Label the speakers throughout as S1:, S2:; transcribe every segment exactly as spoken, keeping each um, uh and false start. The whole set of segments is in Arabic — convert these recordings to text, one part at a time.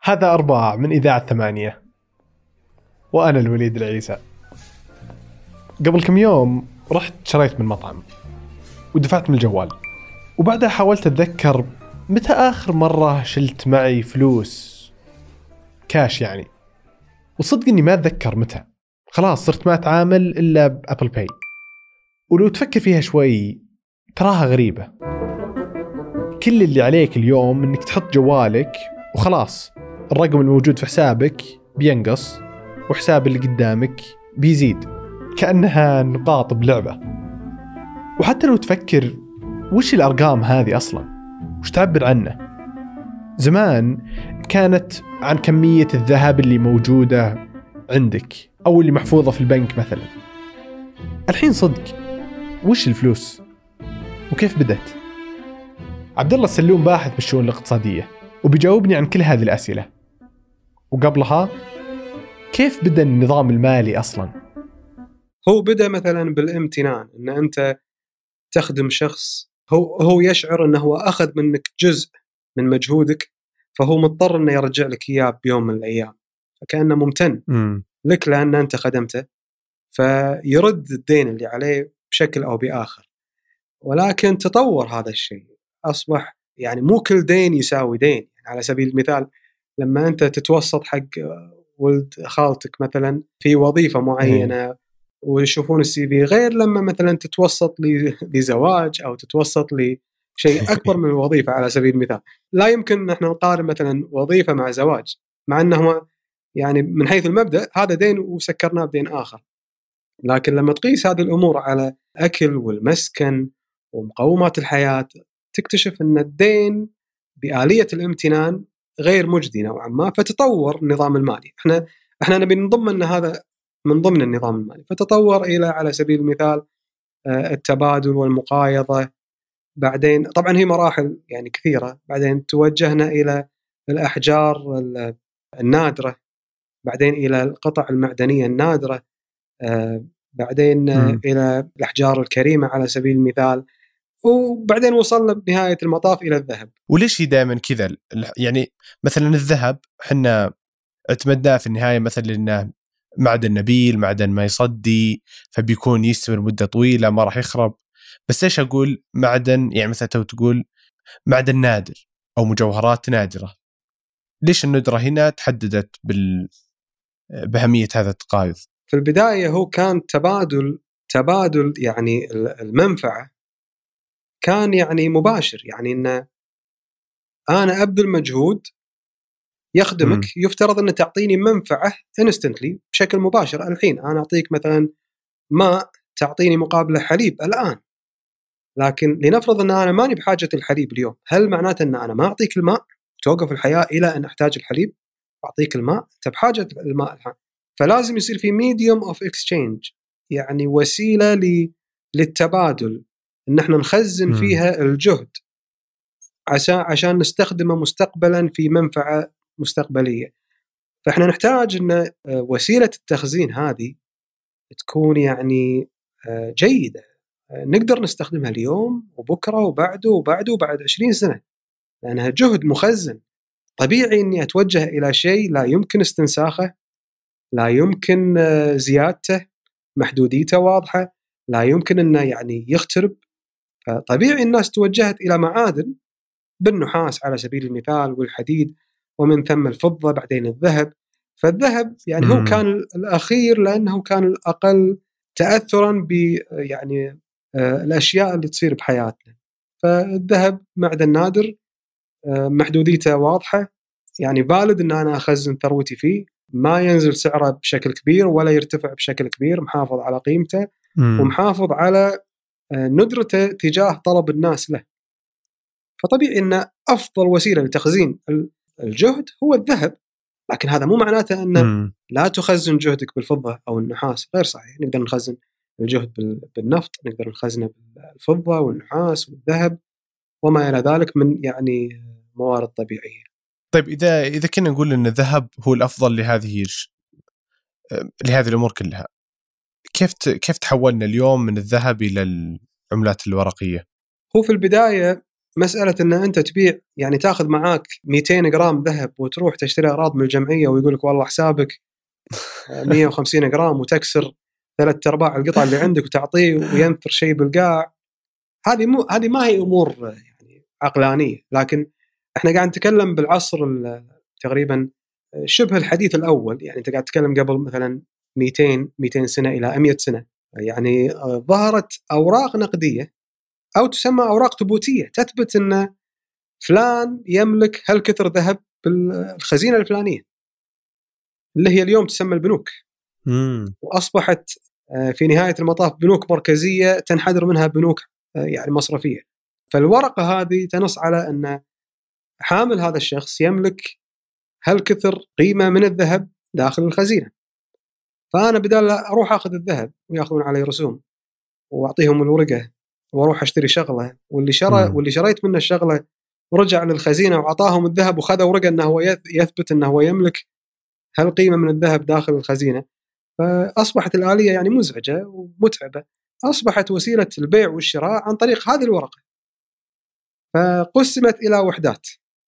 S1: هذا أربعة من إذاعة ثمانية، وأنا الوليد العيسى. قبل كم يوم رحت شريت من مطعم ودفعت من الجوال، وبعدها حاولت أتذكر متى آخر مرة شلت معي فلوس كاش يعني، وصدق إني ما أتذكر متى. خلاص صرت ما أتعامل إلا بأبل باي، ولو تفكر فيها شوي تراها غريبة. كل اللي عليك اليوم إنك تحط جوالك وخلاص، الرقم الموجود في حسابك بينقص وحساب اللي قدامك بيزيد، كأنها نقاط بلعبة. وحتى لو تفكر وش الأرقام هذه أصلا، وش تعبر عنه؟ زمان كانت عن كمية الذهب اللي موجودة عندك أو اللي محفوظة في البنك مثلا. الحين صدق وش الفلوس وكيف بدت؟ عبد الله السلوم باحث بالشؤون الاقتصادية وبيجاوبني عن كل هذه الأسئلة. وقبلها كيف بدأ النظام المالي أصلا؟
S2: هو بدأ مثلا بالامتنان، إن أنت تخدم شخص هو هو يشعر أنه هو أخذ منك جزء من مجهودك، فهو مضطر أنه يرجع لك إياه بيوم من الأيام، فكأنه ممتن م. لك لأن أنت خدمته، فيرد الدين اللي عليه بشكل أو بآخر. ولكن تطور هذا الشيء، أصبح يعني مو كل دين يساوي دين. يعني على سبيل المثال لما أنت تتوسط حق ولد خالتك مثلا في وظيفة معينة ويشوفون السي في، غير لما مثلا تتوسط لزواج أو تتوسط لشيء أكبر من الوظيفة. على سبيل المثال لا يمكن نحن نقارن مثلا وظيفة مع زواج، مع أنه يعني من حيث المبدأ هذا دين وسكرناه بدين آخر. لكن لما تقيس هذه الأمور على أكل والمسكن ومقومات الحياة، تكتشف أن الدين بآلية الامتنان غير مجدي نوعا ما، فتطور النظام المالي. احنا احنا نبي نضم ان هذا من ضمن النظام المالي، فتطور الى على سبيل المثال التبادل والمقايضة. بعدين طبعا هي مراحل يعني كثيرة، بعدين توجهنا الى الأحجار النادرة، بعدين الى القطع المعدنية النادرة، بعدين م. الى الأحجار الكريمة على سبيل المثال، وبعدين وصلنا بنهاية المطاف إلى الذهب.
S1: وليش هي دائما كذا؟ يعني مثلا الذهب حنا اعتمدناه في النهاية مثلا لأنه معدن نبيل، معدن ما يصدي، فبيكون يستمر مدة طويلة ما راح يخرب. بس إيش أقول معدن، يعني مثلا تو تقول معدن نادر أو مجوهرات نادرة، ليش الندرة هنا تحددت بال بأهمية هذا التقايض؟
S2: في البداية هو كان تبادل تبادل يعني المنفعة كان يعني مباشر، يعني إن أنا أبذل مجهود يخدمك، م. يفترض أن تعطيني منفعة instantly بشكل مباشر. الحين أنا أعطيك مثلا ماء، تعطيني مقابله حليب الآن، لكن لنفرض أن أنا ماني بحاجة الحليب اليوم، هل معناته أن أنا ما أعطيك الماء توقف الحياة إلى أن أحتاج الحليب؟ أعطيك الماء، أنت بحاجة الماء الحين، فلازم يصير في medium of exchange، يعني وسيلة للتبادل، إن احنا نخزن م. فيها الجهد عشان عشان نستخدمه مستقبلا في منفعة مستقبلية. فإحنا نحتاج أن وسيلة التخزين هذه تكون يعني جيدة، نقدر نستخدمها اليوم وبكرة وبعده وبعده وبعد عشرين سنة، لأنها جهد مخزن. طبيعي أني أتوجه إلى شيء لا يمكن استنساخه، لا يمكن زيادته، محدوديته واضحة، لا يمكن أنه يعني يخترب. فطبيعي الناس توجهت إلى معادن بالنحاس على سبيل المثال والحديد، ومن ثم الفضة، بعدين الذهب. فالذهب يعني هو كان الأخير لأنه كان الأقل تأثراً ب يعني الأشياء اللي تصير بحياتنا. فالذهب معدن نادر، محدوديته واضحة، يعني بالد أن أنا أخزن ثروتي فيه، ما ينزل سعره بشكل كبير ولا يرتفع بشكل كبير، محافظ على قيمته م. ومحافظ على ندرته تجاه طلب الناس له. فطبيعي أن أفضل وسيلة لتخزين الجهد هو الذهب، لكن هذا مو معناته أن م. لا تخزن جهدك بالفضة أو النحاس، غير صحيح. نقدر نخزن الجهد بالنفط، نقدر نخزنه بالفضة والنحاس والذهب وما إلى ذلك من يعني موارد طبيعية.
S1: طيب إذا إذا كنا نقول أن الذهب هو الأفضل لهذه لهذه الأمور كلها، كيف كيف تحولنا اليوم من الذهب إلى العملات الورقية؟
S2: هو في البداية مسألة أن أنت تبيع يعني تأخذ معاك مئتين جرام ذهب وتروح تشتري أراض من الجمعية ويقولك والله حسابك مئة وخمسين جرام وتكسر ثلاث أرباع القطع اللي عندك وتعطيه وينثر شيء بالقاع، هذه مو هذه ما هي أمور يعني عقلانية. لكن إحنا قاعد نتكلم بالعصر تقريبا شبه الحديث الأول، يعني أنت قاعد تتكلم قبل مثلا مئتين مئتين سنة إلى مئة سنة، يعني ظهرت أوراق نقدية أو تسمى أوراق ثبوتية تثبت أن فلان يملك هالكثر ذهب بالخزينة الفلانية اللي هي اليوم تسمى البنوك.
S3: مم.
S2: وأصبحت في نهاية المطاف بنوك مركزية تنحدر منها بنوك يعني مصرفية. فالورقة هذه تنص على أن حامل هذا الشخص يملك هالكثر قيمة من الذهب داخل الخزينة. فأنا بدال أروح أخذ الذهب ويأخذون علي رسوم وأعطيهم الورقة وأروح أشتري شغلة، واللي شرى واللي شريت منه الشغلة ورجع للخزينة وعطاهم الذهب وخذ ورقة أنه هو يثبت أنه هو يملك هالقيمة من الذهب داخل الخزينة. فأصبحت الآلية يعني مزعجة ومتعبة. أصبحت وسيلة البيع والشراء عن طريق هذه الورقة، فقسمت إلى وحدات.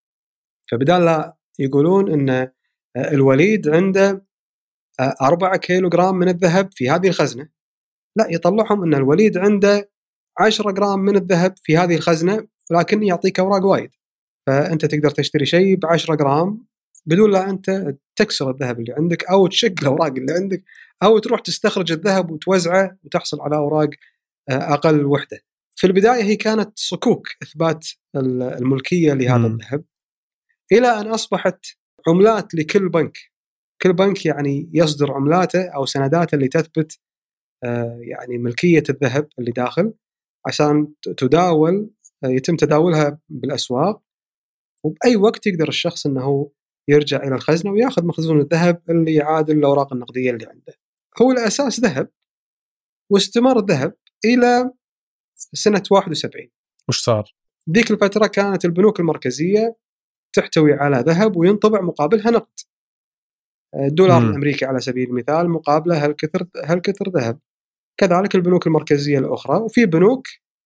S2: فبدال لا يقولون أن الوليد عنده أربعة كيلو جرام من الذهب في هذه الخزنة، لا، يطلعهم أن الوليد عنده عشرة جرام من الذهب في هذه الخزنة، لكن يعطيك أوراق وايد. فأنت تقدر تشتري شيء بعشرة جرام بدون لا أنت تكسر الذهب اللي عندك أو تشق الأوراق اللي عندك أو تروح تستخرج الذهب وتوزعه وتحصل على أوراق أقل وحدة. في البداية هي كانت صكوك إثبات الملكية لهذا م. الذهب، إلى أن أصبحت عملات لكل بنك. كل بنك يعني يصدر عملاته أو سنداته اللي تثبت يعني ملكية الذهب اللي داخل عشان تداول، يتم تداولها بالأسواق، وبأي وقت يقدر الشخص أنه يرجع إلى الخزنة ويأخذ مخزون الذهب اللي يعادل الأوراق النقدية اللي عنده. هو الأساس ذهب، واستمر الذهب إلى سنة واحد وسبعين.
S3: وش صار؟
S2: ذيك الفترة كانت البنوك المركزية تحتوي على ذهب وينطبع مقابلها نقد. الدولار م. الأمريكي على سبيل المثال مقابله هالكثر هالكثر ذهب. كذلك البنوك المركزية الأخرى، وفي بنوك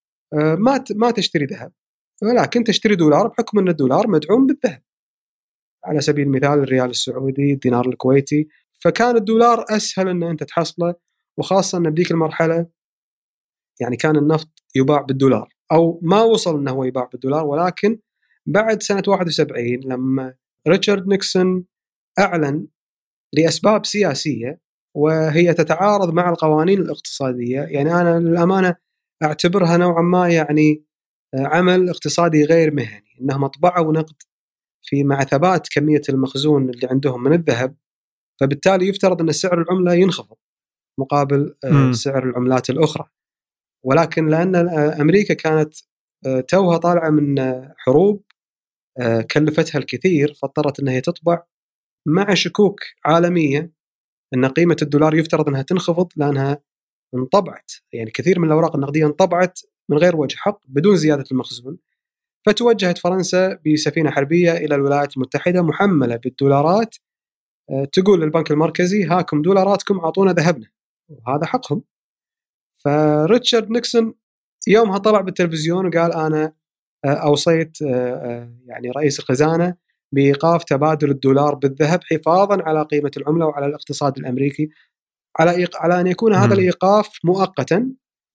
S2: ما ما تشتري ذهب ولكن تشتري دولار بحكم أن الدولار مدعوم بالذهب، على سبيل المثال الريال السعودي، الدينار الكويتي. فكان الدولار أسهل أن أنت تحصله، وخاصة أن بديك المرحلة يعني كان النفط يباع بالدولار، أو ما وصل أنه هو يباع بالدولار، ولكن بعد سنة واحد وسبعين لما ريتشارد نيكسون أعلن لأسباب سياسية وهي تتعارض مع القوانين الاقتصادية، يعني أنا للأمانة أعتبرها نوعا ما يعني عمل اقتصادي غير مهني، إنهم أطبعوا نقد في مع ثبات كمية المخزون اللي عندهم من الذهب، فبالتالي يفترض أن سعر العملة ينخفض مقابل م. سعر العملات الأخرى. ولكن لأن أمريكا كانت توها طالعة من حروب كلفتها الكثير، فاضطرت أنها تطبع مع شكوك عالمية أن قيمة الدولار يفترض أنها تنخفض لأنها انطبعت، يعني كثير من الأوراق النقدية انطبعت من غير وجه حق بدون زيادة المخزون. فتوجهت فرنسا بسفينة حربية إلى الولايات المتحدة محملة بالدولارات، تقول للبنك المركزي هاكم دولاراتكم عطونا ذهبنا، وهذا حقهم. فريتشارد نيكسون يومها طلع بالتلفزيون وقال أنا أوصيت يعني رئيس الخزانة بإيقاف تبادل الدولار بالذهب حفاظا على قيمة العملة وعلى الاقتصاد الأمريكي، على على أن يكون هذا الإيقاف مؤقتا،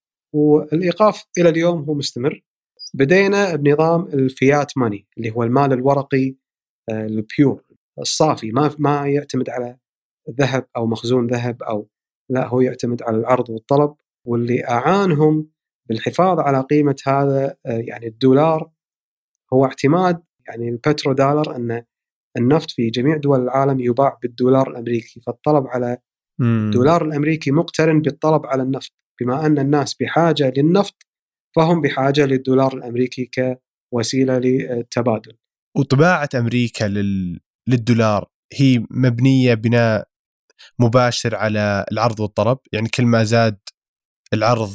S2: والإيقاف إلى اليوم هو مستمر. بدينا بنظام الفيات ماني اللي هو المال الورقي البيور الصافي، ما ما يعتمد على ذهب أو مخزون ذهب، أو لا، هو يعتمد على العرض والطلب. واللي أعانهم بالحفاظ على قيمة هذا يعني الدولار هو اعتماد يعني البترو دولار، أن النفط في جميع دول العالم يباع بالدولار الأمريكي، فالطلب على الدولار الأمريكي مقترن بالطلب على النفط. بما أن الناس بحاجة للنفط فهم بحاجة للدولار الأمريكي كوسيلة للتبادل.
S3: وطباعة أمريكا لل... للدولار هي مبنية بناء مباشر على العرض والطلب، يعني كل ما زاد العرض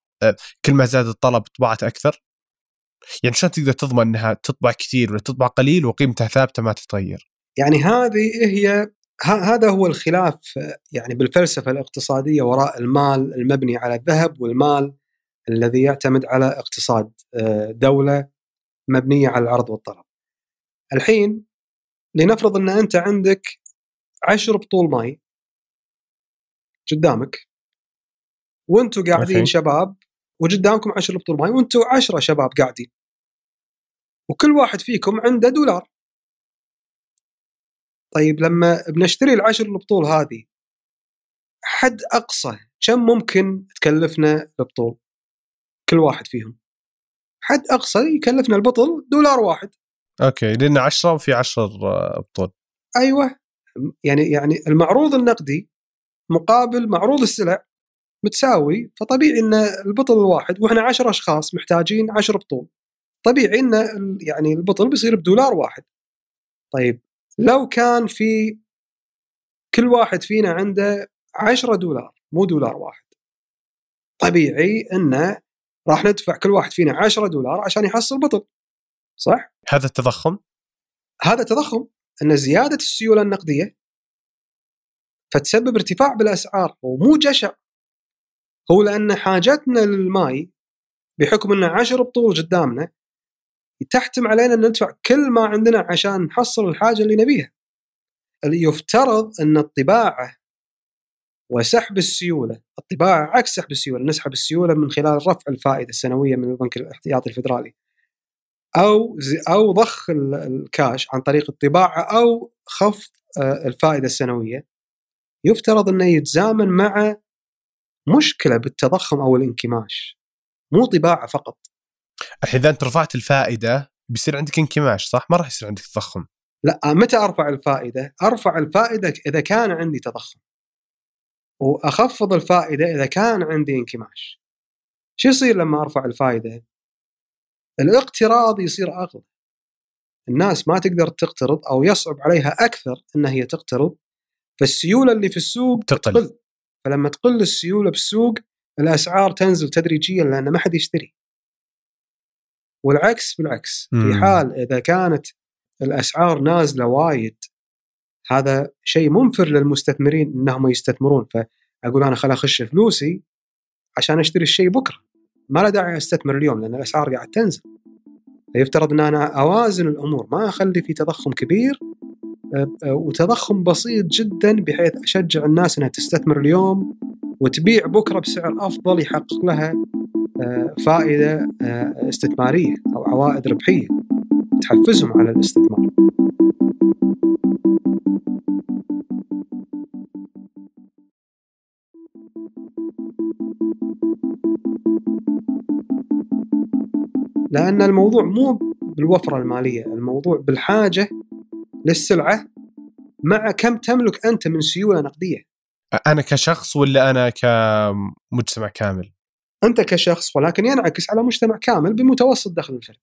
S3: كل ما زاد الطلب طبعت أكثر. يعني شلون تقدر تضمن أنها تطبع كثير ولا تطبع قليل وقيمتها ثابتة ما تتغير؟
S2: يعني هذه هي هذا هو الخلاف يعني بالفلسفة الاقتصادية وراء المال المبني على الذهب والمال الذي يعتمد على اقتصاد دولة مبنية على العرض والطلب. الحين لنفرض أن أنت عندك عشر بطول ماء قدامك، وانتوا قاعدين
S3: أوكي.
S2: شباب، وقدامكم عشر بطول ماء وانتوا عشرة شباب قاعدين، وكل واحد فيكم عنده دولار. طيب لما بنشتري العشر البطول هذه، حد أقصى كم ممكن تكلفنا البطول كل واحد فيهم؟ حد أقصى يكلفنا البطل دولار واحد.
S3: أوكي، لأن عشرة وفي عشر بطول.
S2: أيوة، يعني يعني المعروض النقدي مقابل معروض السلع متساوي، فطبيعي إن البطل الواحد، وإحنا عشر أشخاص محتاجين عشر بطول، طبيعي إن يعني البطل بيصير بدولار واحد. طيب لو كان في كل واحد فينا عنده عشرة دولار مو دولار واحد، طبيعي إنه راح ندفع كل واحد فينا عشرة دولار عشان يحصل بطل، صح؟
S3: هذا التضخم.
S2: هذا تضخم، إن زيادة السيولة النقدية فتسبب ارتفاع بالأسعار، ومو جشع، هو لأن حاجتنا للماء بحكم أن عشر بطول قدامنا تحتم علينا أن ندفع كل ما عندنا عشان نحصل الحاجة اللي نبيها. اللي يفترض أن الطباعة وسحب السيولة، الطباعة عكس سحب السيولة، نسحب السيولة من خلال رفع الفائدة السنوية من البنك الاحتياطي الفيدرالي، أو أو ضخ الكاش عن طريق الطباعة أو خفض الفائدة السنوية، يفترض أنه يتزامن مع مشكلة بالتضخم أو الانكماش، مو طباعة فقط.
S3: الحين إذا أنت رفعت الفائدة بيصير عندك انكماش، صح؟ ما راح يصير عندك تضخم.
S2: لا، متى أرفع الفائدة؟ أرفع الفائدة إذا كان عندي تضخم، وأخفض الفائدة إذا كان عندي انكماش. شو يصير لما أرفع الفائدة؟ الاقتراض يصير أغلى، الناس ما تقدر تقترض أو يصعب عليها أكثر إنها هي تقترض، فالسيولة اللي في السوق
S3: تقل.
S2: تقل. فلما تقل السيولة بالسوق الأسعار تنزل تدريجيا لأن ما حد يشتري. والعكس بالعكس، في حال إذا كانت الأسعار نازلة وايد، هذا شيء منفر للمستثمرين إنهم يستثمرون. فأقول أنا خل أخش فلوسي عشان أشتري الشيء بكرة، ما له داعي أستثمر اليوم لأن الأسعار قاعد تنزل. فيفترض أن أنا أوازن الأمور، ما أخلي في تضخم كبير وتضخم بسيط جدا بحيث أشجع الناس أنها تستثمر اليوم وتبيع بكرة بسعر أفضل يحقق لها فائدة استثمارية أو عوائد ربحية تحفزهم على الاستثمار. لأن الموضوع مو بالوفرة المالية، الموضوع بالحاجة للسلعة مع كم تملك أنت من سيولة نقدية.
S3: أنا كشخص ولا أنا كمجتمع كامل؟
S2: أنت كشخص، ولكن ينعكس على مجتمع كامل بمتوسط دخل الفرد.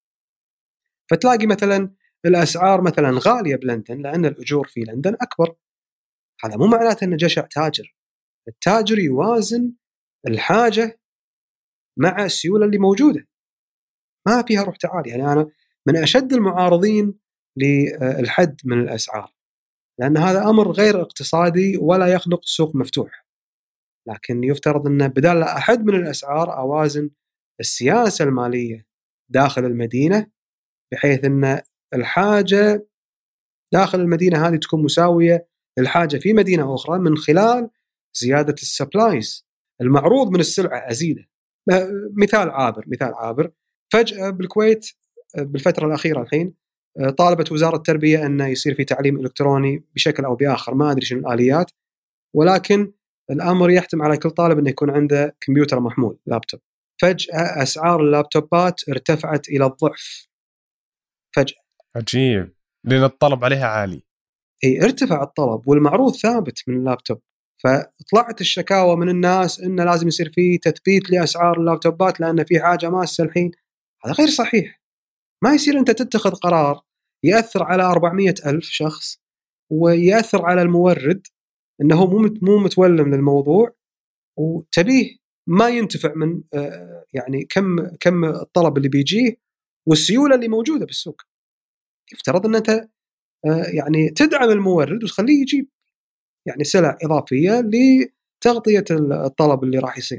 S2: فتلاقي مثلا الأسعار مثلا غالية بلندن لأن الأجور في لندن أكبر، هذا مو معناته أنه جشع تاجر. التاجر يوازن الحاجة مع السيولة اللي موجودة، ما فيها روح تعال. يعني أنا من أشد المعارضين للحد من الأسعار، لأن هذا أمر غير اقتصادي ولا يخلق سوق مفتوح. لكن يفترض أن بدل أحد من الأسعار أوازن السياسة المالية داخل المدينة، بحيث أن الحاجة داخل المدينة هذه تكون مساوية للحاجة في مدينة أخرى من خلال زيادة السبلايز، المعروض من السلعة أزيده. مثال عابر مثال عابر فجأة بالكويت بالفترة الأخيرة الحين طالبت وزارة التربية أن يصير في تعليم إلكتروني بشكل أو بآخر، ما أدري شنو الآليات، ولكن الأمر يحتم على كل طالب أنه يكون عنده كمبيوتر محمول، لابتوب. فجأة أسعار اللابتوبات ارتفعت إلى الضعف فجأة.
S3: عجيب، لأن الطلب عليها عالي.
S2: إيه، ارتفع الطلب والمعروض ثابت من اللابتوب. فطلعت الشكاوى من الناس إنه لازم يصير فيه تثبيت لأسعار اللابتوبات لأن في حاجة ماسة الحين. هذا غير صحيح. ما يصير أنت تتخذ قرار يأثر على أربعمية ألف شخص ويأثر على المورد إنه مو مو متولم للموضوع، وتبيه ما ينتفع من يعني كم كم الطلب اللي بيجيه والسيولة اللي موجودة بالسوق. يفترض أن أنت يعني تدعم المورد وتخليه يجيب يعني سلع إضافية لتغطية الطلب اللي راح يصير.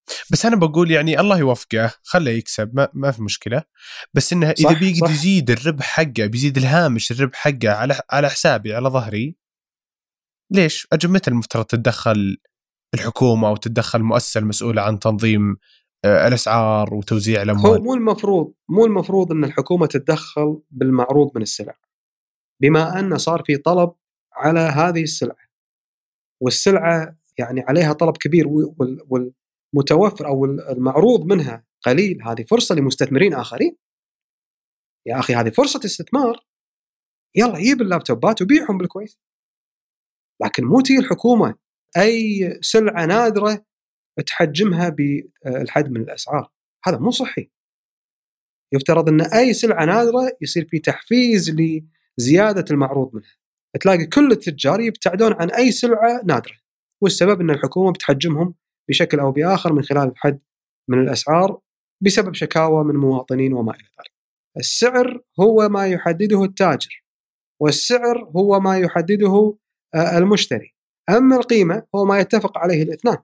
S3: بس أنا بقول يعني الله يوفقه، خله يكسب، ما, ما في مشكلة، بس إنه إذا بيقدر يزيد الربح حقه، بيزيد الهامش الربح حقه على على حسابي على ظهري، ليش؟ أجل متى المفترض تتدخل الحكومة أو تتدخل المؤسسة المسؤولة عن تنظيم الأسعار وتوزيع الأموال؟
S2: هو مو المفروض مو المفروض أن الحكومة تتدخل بالمعروض من السلع، بما أن صار في طلب على هذه السلعة، والسلعة يعني عليها طلب كبير والمتوفر أو المعروض منها قليل. هذه فرصة لمستثمرين آخرين. يا أخي هذه فرصة استثمار، يلا جيب اللابتوبات وبيعهم بالكويت. لكن مو تي الحكومة أي سلعة نادرة تحجمها بالحد من الأسعار، هذا مو صحي. يفترض أن أي سلعة نادرة يصير في تحفيز لزيادة المعروض منها. تلاقي كل التجار يبتعدون عن أي سلعة نادرة، والسبب أن الحكومة بتحجمهم بشكل أو بآخر من خلال الحد من الأسعار بسبب شكاوى من مواطنين وما إلى ذلك. السعر هو ما يحدده التاجر، والسعر هو ما يحدده المشتري، أما القيمة هو ما يتفق عليه الاثنان.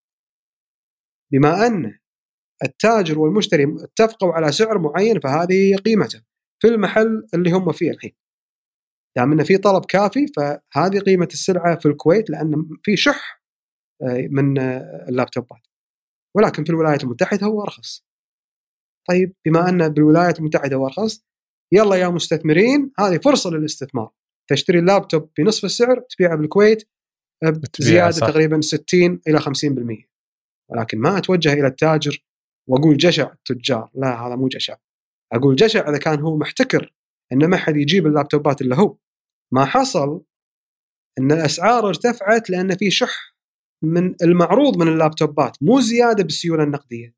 S2: بما أن التاجر والمشتري اتفقوا على سعر معين فهذه قيمته في المحل اللي هم فيه الحين. دام يعني في طلب كافي فهذه قيمة السلعة في الكويت، لأن في شح من اللابتوبات، ولكن في الولايات المتحدة هو أرخص. طيب بما أن بالولايات المتحدة هو أرخص، يلا يا مستثمرين هذه فرصة للاستثمار، تشتري اللابتوب بنصف السعر تبيعه بالكويت بزيادة تقريبا ستين إلى خمسين بالمئة. ولكن ما أتوجه إلى التاجر وأقول جشع التجار، لا هذا مو جشع. أقول جشع إذا كان هو محتكر إن ما حد يجيب اللابتوبات إلا هو. ما حصل إن الأسعار ارتفعت لأن في شح من المعروض من اللابتوبات، مو زيادة بالسيولة النقدية.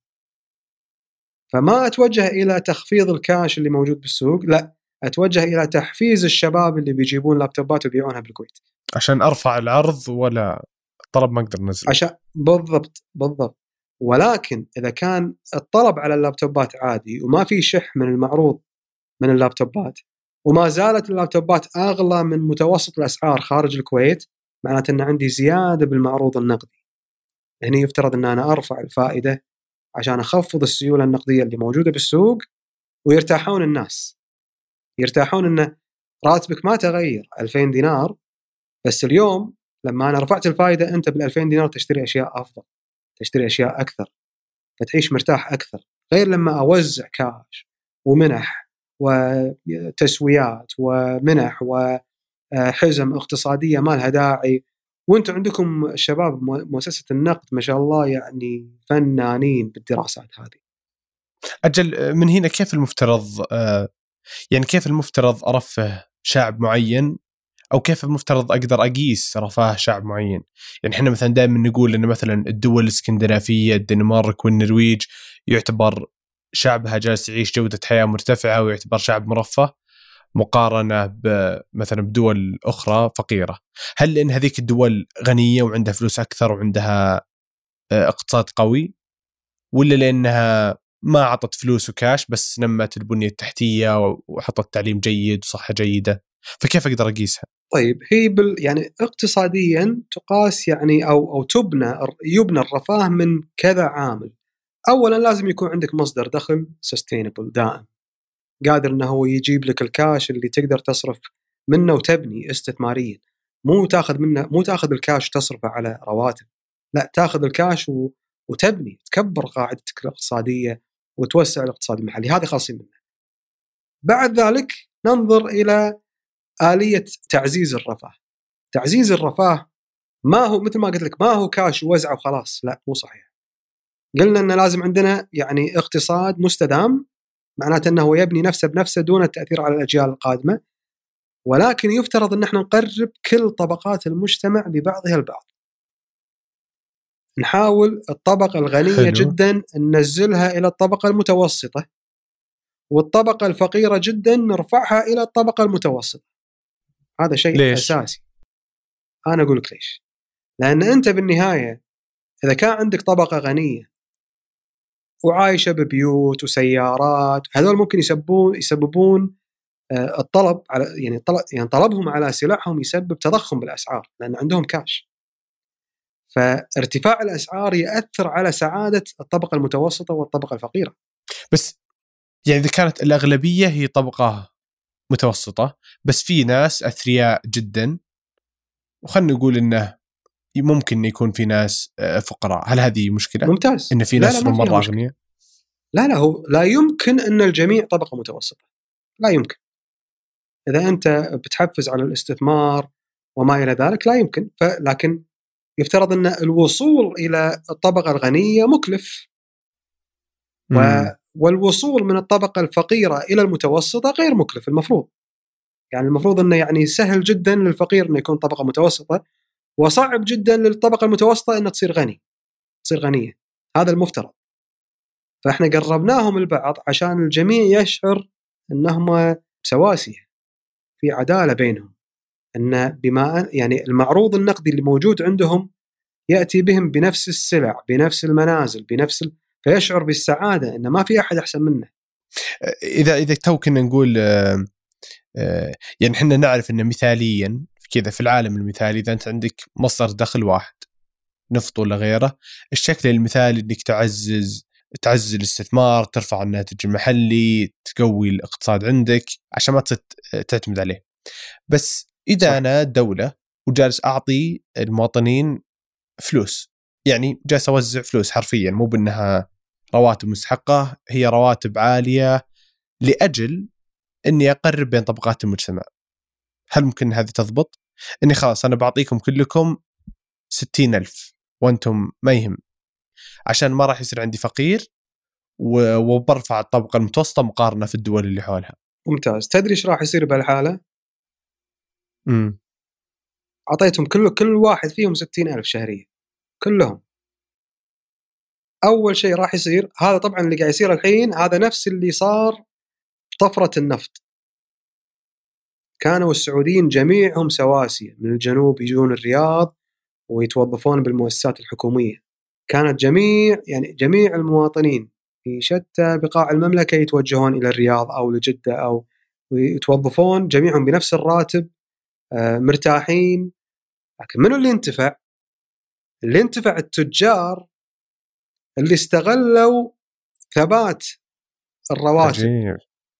S2: فما أتوجه إلى تخفيض الكاش اللي موجود بالسوق، لا أتوجه إلى تحفيز الشباب اللي بيجيبون لابتوبات وبيعونها بالكويت
S3: عشان أرفع العرض ولا الطلب ما أقدر نزل.
S2: عشان بالضبط بالضبط. ولكن إذا كان الطلب على اللابتوبات عادي وما في شح من المعروض من اللابتوبات، وما زالت اللابتوبات أغلى من متوسط الأسعار خارج الكويت، معناته أن عندي زيادة بالمعروض النقدي. هنا يفترض أن أنا أرفع الفائدة عشان أخفض السيولة النقدية اللي موجودة بالسوق، ويرتاحون الناس، يرتاحون أن راتبك ما تغير ألفين دينار، بس اليوم لما أنا رفعت الفائدة أنت بالألفين دينار تشتري أشياء أفضل، تشتري أشياء أكثر، فتعيش مرتاح أكثر، غير لما أوزع كاش ومنح وتسويات ومنح وحزم اقتصادية ما لها داعي. وانتم عندكم الشباب مؤسسة النقد ما شاء الله يعني فنانين بالدراسات هذه.
S3: أجل من هنا كيف المفترض آه يعني كيف المفترض أرفه شعب معين، أو كيف المفترض أقدر أقيس رفاه شعب معين؟ يعني إحنا مثلا دائما نقول إن مثلا الدول الإسكندنافية الدنمارك والنرويج يعتبر شعبها جالس يعيش جودة حياة مرتفعة ويعتبر شعب مرفه مقارنة بمثلا بدول أخرى فقيرة. هل لأن هذيك الدول غنية وعندها فلوس أكثر وعندها اقتصاد قوي، ولا لأنها ما عطت فلوس وكاش بس نمت البنية التحتية وحطت تعليم جيد وصحة جيدة؟ فكيف أقدر أقيسها؟
S2: طيب هي بال يعني اقتصاديا تقاس يعني أو أو تبنى يبنى الرفاه من كذا عامل. أولا لازم يكون عندك مصدر دخل sustainable دائم، قادر أنه هو يجيب لك الكاش اللي تقدر تصرف منه وتبني استثماريا. مو تاخذ منه مو تاخذ الكاش تصرفه على رواتب، لا تاخذ الكاش و... وتبني تكبر قاعدتك الاقتصادية وتوسع الاقتصاد المحلي، هذه خاصين منه. بعد ذلك ننظر إلى آلية تعزيز الرفاه. تعزيز الرفاه ما هو مثل ما قلت لك ما هو كاش ووزعه وخلاص، لا مو صحيح. قلنا أن لازم عندنا يعني اقتصاد مستدام، معناته أنه يبني نفسه بنفسه دون التأثير على الأجيال القادمة، ولكن يفترض أن احنا نقرب كل طبقات المجتمع ببعضها البعض. نحاول الطبقة الغنية حلو. جدا ننزلها إلى الطبقة المتوسطة، والطبقة الفقيرة جدا نرفعها إلى الطبقة المتوسطة. هذا شيء ليش؟ أساسي. أنا أقول لك ليش. لأن أنت بالنهاية إذا كان عندك طبقة غنية وعايشة ببيوت وسيارات، هذول ممكن يسببون يسببون الطلب على يعني طلب يعني طلبهم على سلعهم يسبب تضخم بالأسعار لأن عندهم كاش. فارتفاع الأسعار يأثر على سعادة الطبقة المتوسطة والطبقة الفقيرة.
S3: بس يعني إذا كانت الأغلبية هي طبقة متوسطة بس في ناس أثرياء جدا، وخلنا نقول إنه ممكن يكون في ناس فقراء، هل هذه مشكلة؟
S2: ممتاز.
S3: إن في ناس مرة أغنياء؟
S2: لا لا، هو لا يمكن أن الجميع طبقة متوسطة، لا يمكن. إذا أنت بتحفز على الاستثمار وما إلى ذلك لا يمكن، لكن يفترض أن الوصول إلى الطبقة الغنية مكلف، و... والوصول من الطبقة الفقيرة إلى المتوسطة غير مكلف. المفروض يعني المفروض أنه يعني سهل جدا للفقير أنه يكون طبقة متوسطة، وصعب جدا للطبقة المتوسطة أنها تصير غني تصير غنية. هذا المفترض. فإحنا قربناهم البعض عشان الجميع يشعر أنهم سواسية، في عدالة بينهم، أن بما يعني المعروض النقدي اللي موجود عندهم يأتي بهم بنفس السلع، بنفس المنازل، بنفس ال... فيشعر بالسعادة أن ما في أحد أحسن منه.
S3: إذا إذا تو كنا نقول آه آه يعني إحنا نعرف أن مثاليا كذا في العالم المثالي إذا أنت عندك مصدر دخل واحد نفط ولا غيره، الشكل المثالي إنك تعزز تعزز الاستثمار، ترفع الناتج المحلي، تقوي الاقتصاد عندك عشان ما تعتمد عليه. بس إذا صح. أنا دولة وجالس أعطي المواطنين فلوس، يعني جالس أوزع فلوس حرفيا، مو بأنها رواتب مستحقة، هي رواتب عالية لأجل أني أقرب بين طبقات المجتمع، هل ممكن هذه تضبط؟ أني خلاص أنا بعطيكم كلكم ستين ألف وأنتم ما يهم، عشان ما راح يصير عندي فقير وبرفع الطبقة المتوسطة مقارنة في الدول اللي حولها.
S2: ممتاز. تدري إيش راح يصير بهالحالة؟
S3: امم
S2: أعطيتهم كل كل واحد فيهم ستين ألف شهرية كلهم. أول شيء راح يصير، هذا طبعا اللي قاعد يصير الحين هذا نفس اللي صار طفرة النفط. كانوا السعوديين جميعهم سواسية، من الجنوب يجون الرياض ويتوظفون بالمؤسسات الحكومية. كانت جميع يعني جميع المواطنين في شتى بقاع المملكة يتوجهون إلى الرياض أو لجدة أو ويتوظفون جميعهم بنفس الراتب، مرتاحين. لكن منو اللي انتفع؟ اللي انتفع التجار اللي استغلوا ثبات الرواتب. عجيب.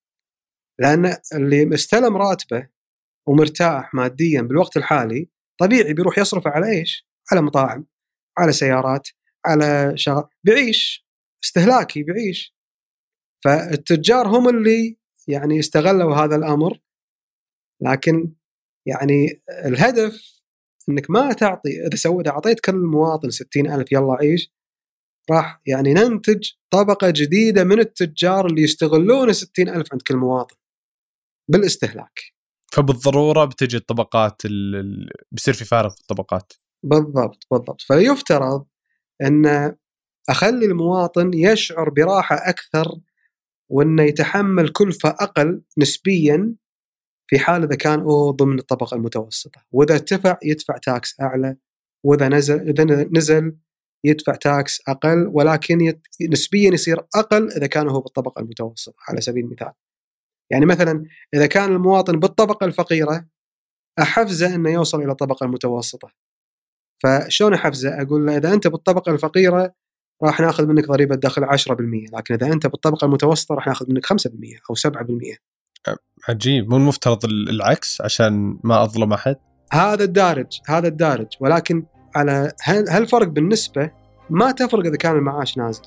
S2: لأن اللي استلم راتبه ومرتاح ماديا بالوقت الحالي طبيعي بيروح يصرف على إيش؟ على مطاعم، على سيارات، على شغل، بيعيش استهلاكي بيعيش. فالتجار هم اللي يعني استغلوا هذا الأمر. لكن يعني الهدف إنك ما تعطي، إذا سويت أعطيت كل مواطن ستين ألف يلا عيش، راح يعني ننتج طبقة جديدة من التجار اللي يستغلون ستين ألف عند كل مواطن بالاستهلاك.
S3: فبالضرورة بتجي الطبقات ال... بيصير في فارق في الطبقات.
S2: بالضبط بالضبط. فيفترض أن أخلي المواطن يشعر براحة أكثر وأنه يتحمل كلفة أقل نسبيا في حال إذا كان هو ضمن الطبقة المتوسطة، وإذا ارتفع يدفع تاكس أعلى، وإذا نزل إذا نزل يدفع تاكس أقل، ولكن يت... نسبيا يصير أقل إذا كان هو بالطبقة المتوسطة. على سبيل المثال يعني مثلا إذا كان المواطن بالطبقة الفقيرة أحفزه أنه يوصل إلى الطبقة المتوسطة. فشون أحفزه؟ أقول له إذا أنت بالطبقة الفقيرة راح ناخذ منك ضريبة دخل عشرة بالمئة، لكن إذا أنت بالطبقة المتوسطة راح ناخذ منك خمسة بالمئة أو سبعة بالمئة.
S3: عجيب. مو المفترض العكس عشان ما أظلم أحد؟
S2: هذا الدارج هذا الدارج ولكن على هالفرق بالنسبة ما تفرق إذا كان المعاش نازل.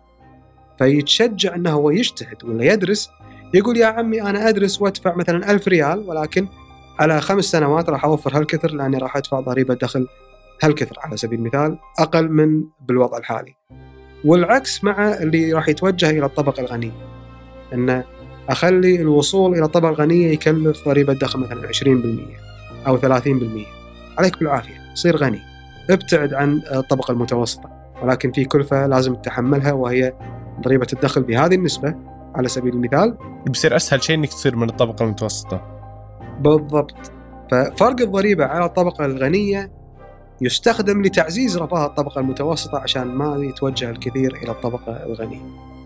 S2: فيتشجع أنه هو يجتهد ولا يدرس، يقول يا عمي أنا أدرس وأدفع مثلا ألف ريال، ولكن على خمس سنوات راح أوفر هالكثر لأني راح أدفع ضريبة دخل هالكثر على سبيل المثال أقل من بالوضع الحالي. والعكس مع اللي راح يتوجه إلى الطبقة الغنية، أن أخلي الوصول إلى الطبقة الغنية يكلف ضريبة دخل مثلا عشرين بالمئة أو ثلاثين بالمئة. عليك بالعافية صير غني، ابتعد عن الطبقة المتوسطة، ولكن في كلفة لازم تتحملها وهي ضريبة الدخل بهذه النسبة على سبيل المثال.
S3: بيصير أسهل شيء إنك تصير من الطبقة المتوسطة.
S2: بالضبط. ففرق الضريبة على الطبقة الغنية يستخدم لتعزيز رفاه الطبقة المتوسطة عشان ما يتوجه الكثير إلى الطبقة الغنية.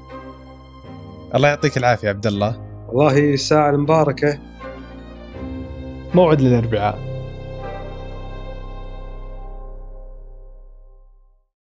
S3: الله يعطيك العافية عبد الله.
S2: والله الساعة المباركة.
S1: موعد للأربعاء